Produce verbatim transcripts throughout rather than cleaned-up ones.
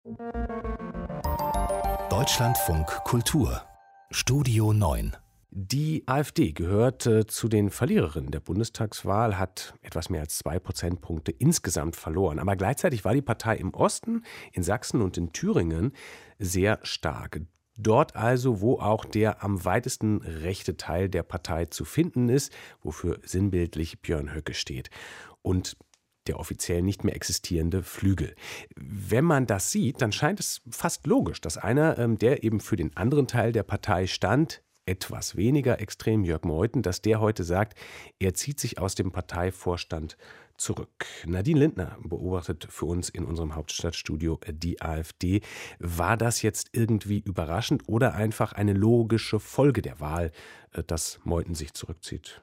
Deutschlandfunk Kultur Studio neun. Die AfD gehört äh, zu den Verliererinnen der Bundestagswahl, hat etwas mehr als zwei Prozentpunkte insgesamt verloren. Aber gleichzeitig war die Partei im Osten, in Sachsen und in Thüringen sehr stark. Dort also, wo auch der am weitesten rechte Teil der Partei zu finden ist, wofür sinnbildlich Björn Höcke steht. Und der offiziell nicht mehr existierende Flügel. Wenn man das sieht, dann scheint es fast logisch, dass einer, ähm, der eben für den anderen Teil der Partei stand, etwas weniger extrem, Jörg Meuthen, dass der heute sagt, er zieht sich aus dem Parteivorstand zurück. Nadine Lindner beobachtet für uns in unserem Hauptstadtstudio die AfD. War das jetzt irgendwie überraschend oder einfach eine logische Folge der Wahl, dass Meuthen sich zurückzieht?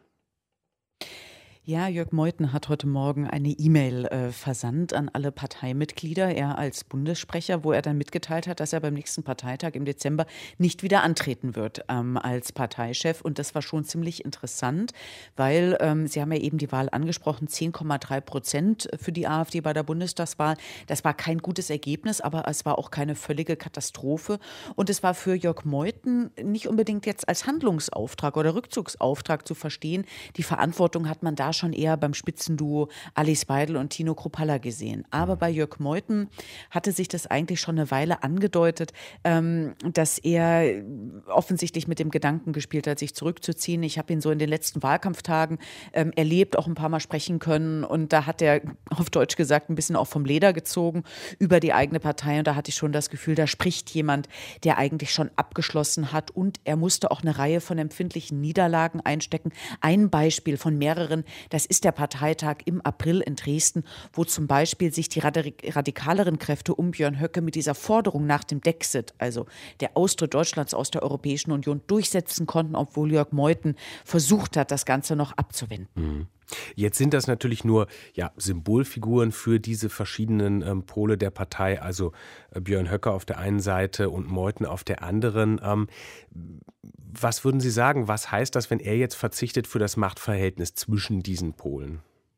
Ja, Jörg Meuthen hat heute Morgen eine E-Mail äh, versandt an alle Parteimitglieder, er als Bundessprecher, wo er dann mitgeteilt hat, dass er beim nächsten Parteitag im Dezember nicht wieder antreten wird ähm, als Parteichef. Und das war schon ziemlich interessant, weil ähm, Sie haben ja eben die Wahl angesprochen, zehn Komma drei Prozent für die AfD bei der Bundestagswahl. Das war kein gutes Ergebnis, aber es war auch keine völlige Katastrophe. Und es war für Jörg Meuthen nicht unbedingt jetzt als Handlungsauftrag oder Rückzugsauftrag zu verstehen. Die Verantwortung hat man da schon eher beim Spitzenduo Alice Weidel und Tino Kruppalla gesehen. Aber bei Jörg Meuthen hatte sich das eigentlich schon eine Weile angedeutet, ähm, dass er offensichtlich mit dem Gedanken gespielt hat, sich zurückzuziehen. Ich habe ihn so in den letzten Wahlkampftagen ähm, erlebt, auch ein paar Mal sprechen können. Und da hat er auf Deutsch gesagt ein bisschen auch vom Leder gezogen über die eigene Partei. Und da hatte ich schon das Gefühl, da spricht jemand, der eigentlich schon abgeschlossen hat. Und er musste auch eine Reihe von empfindlichen Niederlagen einstecken. Ein Beispiel von mehreren, das ist der Parteitag im April in Dresden, wo zum Beispiel sich die radikaleren Kräfte um Björn Höcke mit dieser Forderung nach dem Dexit, also der Austritt Deutschlands aus der Europäischen Union, durchsetzen konnten, obwohl Jörg Meuthen versucht hat, das Ganze noch abzuwenden. Mhm. Jetzt sind das natürlich nur ja, Symbolfiguren für diese verschiedenen ähm, Pole der Partei, also äh, Björn Höcke auf der einen Seite und Meuthen auf der anderen. Ähm, was würden Sie sagen, was heißt das, wenn er jetzt verzichtet für das Machtverhältnis zwischen diesen Polen?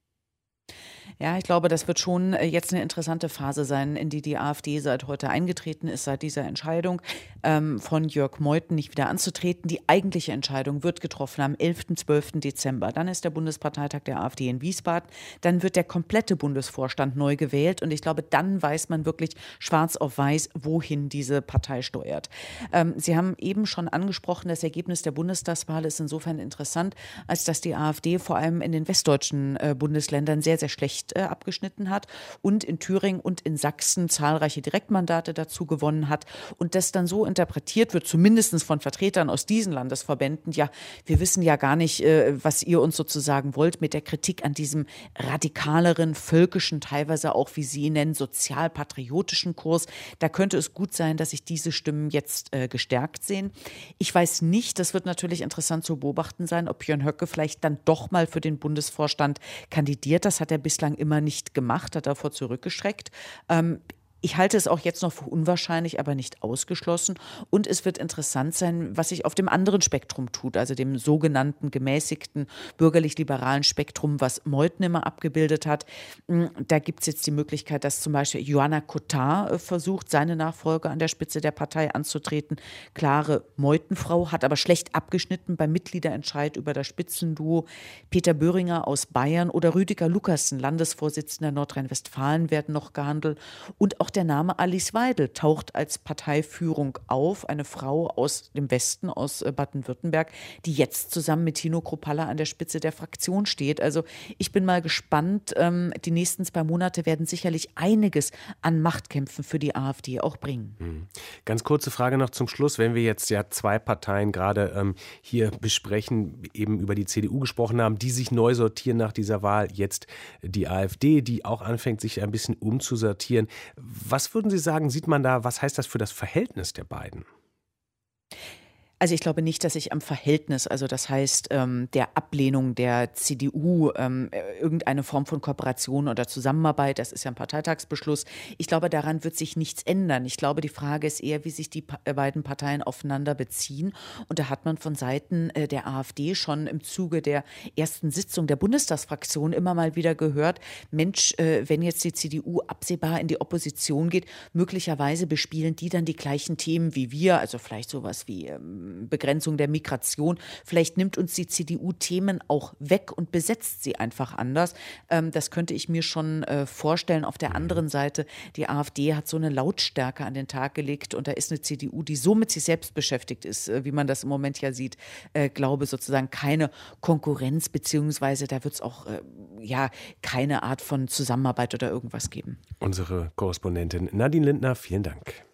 Ja, ich glaube, das wird schon jetzt eine interessante Phase sein, in die die AfD seit heute eingetreten ist, seit dieser Entscheidung ähm, von Jörg Meuthen nicht wieder anzutreten. Die eigentliche Entscheidung wird getroffen am elften, zwölften Dezember. Dann ist der Bundesparteitag der AfD in Wiesbaden. Dann wird der komplette Bundesvorstand neu gewählt. Und ich glaube, dann weiß man wirklich schwarz auf weiß, wohin diese Partei steuert. Ähm, Sie haben eben schon angesprochen, das Ergebnis der Bundestagswahl ist insofern interessant, als dass die AfD vor allem in den westdeutschen äh, Bundesländern sehr, sehr schlecht abgeschnitten hat und in Thüringen und in Sachsen zahlreiche Direktmandate dazu gewonnen hat und das dann so interpretiert wird, zumindest von Vertretern aus diesen Landesverbänden, ja, wir wissen ja gar nicht, was ihr uns sozusagen wollt mit der Kritik an diesem radikaleren, völkischen, teilweise auch, wie Sie ihn nennen, sozialpatriotischen Kurs. Da könnte es gut sein, dass sich diese Stimmen jetzt äh, gestärkt sehen. Ich weiß nicht, das wird natürlich interessant zu beobachten sein, ob Björn Höcke vielleicht dann doch mal für den Bundesvorstand kandidiert. Das hat er bislang immer nicht gemacht, hat davor zurückgeschreckt. Ähm, Ich halte es auch jetzt noch für unwahrscheinlich, aber nicht ausgeschlossen. Und es wird interessant sein, was sich auf dem anderen Spektrum tut, also dem sogenannten gemäßigten bürgerlich-liberalen Spektrum, was Meuthen immer abgebildet hat. Da gibt es jetzt die Möglichkeit, dass zum Beispiel Johanna Kotar versucht, seine Nachfolge an der Spitze der Partei anzutreten. Klare Meuthen-Frau, hat aber schlecht abgeschnitten beim Mitgliederentscheid über das Spitzenduo. Peter Böhringer aus Bayern oder Rüdiger Lukassen, Landesvorsitzender Nordrhein-Westfalen, werden noch gehandelt. Und auch der Name Alice Weidel taucht als Parteiführung auf, eine Frau aus dem Westen, aus Baden-Württemberg, die jetzt zusammen mit Tino Kruppalla an der Spitze der Fraktion steht. Also ich bin mal gespannt, die nächsten zwei Monate werden sicherlich einiges an Machtkämpfen für die AfD auch bringen. Ganz kurze Frage noch zum Schluss, wenn wir jetzt ja zwei Parteien gerade ähm, hier besprechen, eben über die C D U gesprochen haben, die sich neu sortieren nach dieser Wahl, jetzt die AfD, die auch anfängt, sich ein bisschen umzusortieren. Was würden Sie sagen, sieht man da, was heißt das für das Verhältnis der beiden? Also ich glaube nicht, dass sich am Verhältnis, also das heißt ähm, der Ablehnung der C D U, ähm, irgendeine Form von Kooperation oder Zusammenarbeit, das ist ja ein Parteitagsbeschluss, ich glaube, daran wird sich nichts ändern. Ich glaube, die Frage ist eher, wie sich die pa- beiden Parteien aufeinander beziehen. Und da hat man von Seiten äh, der AfD schon im Zuge der ersten Sitzung der Bundestagsfraktion immer mal wieder gehört, Mensch, äh, wenn jetzt die C D U absehbar in die Opposition geht, möglicherweise bespielen die dann die gleichen Themen wie wir, also vielleicht sowas wie ähm, Begrenzung der Migration. Vielleicht nimmt uns die C D U Themen auch weg und besetzt sie einfach anders. Ähm, das könnte ich mir schon äh, vorstellen. Auf der anderen Seite, die AfD hat so eine Lautstärke an den Tag gelegt und da ist eine C D U, die so mit sich selbst beschäftigt ist, äh, wie man das im Moment ja sieht, äh, glaube sozusagen keine Konkurrenz, beziehungsweise da wird es auch äh, ja keine Art von Zusammenarbeit oder irgendwas geben. Unsere Korrespondentin Nadine Lindner, vielen Dank.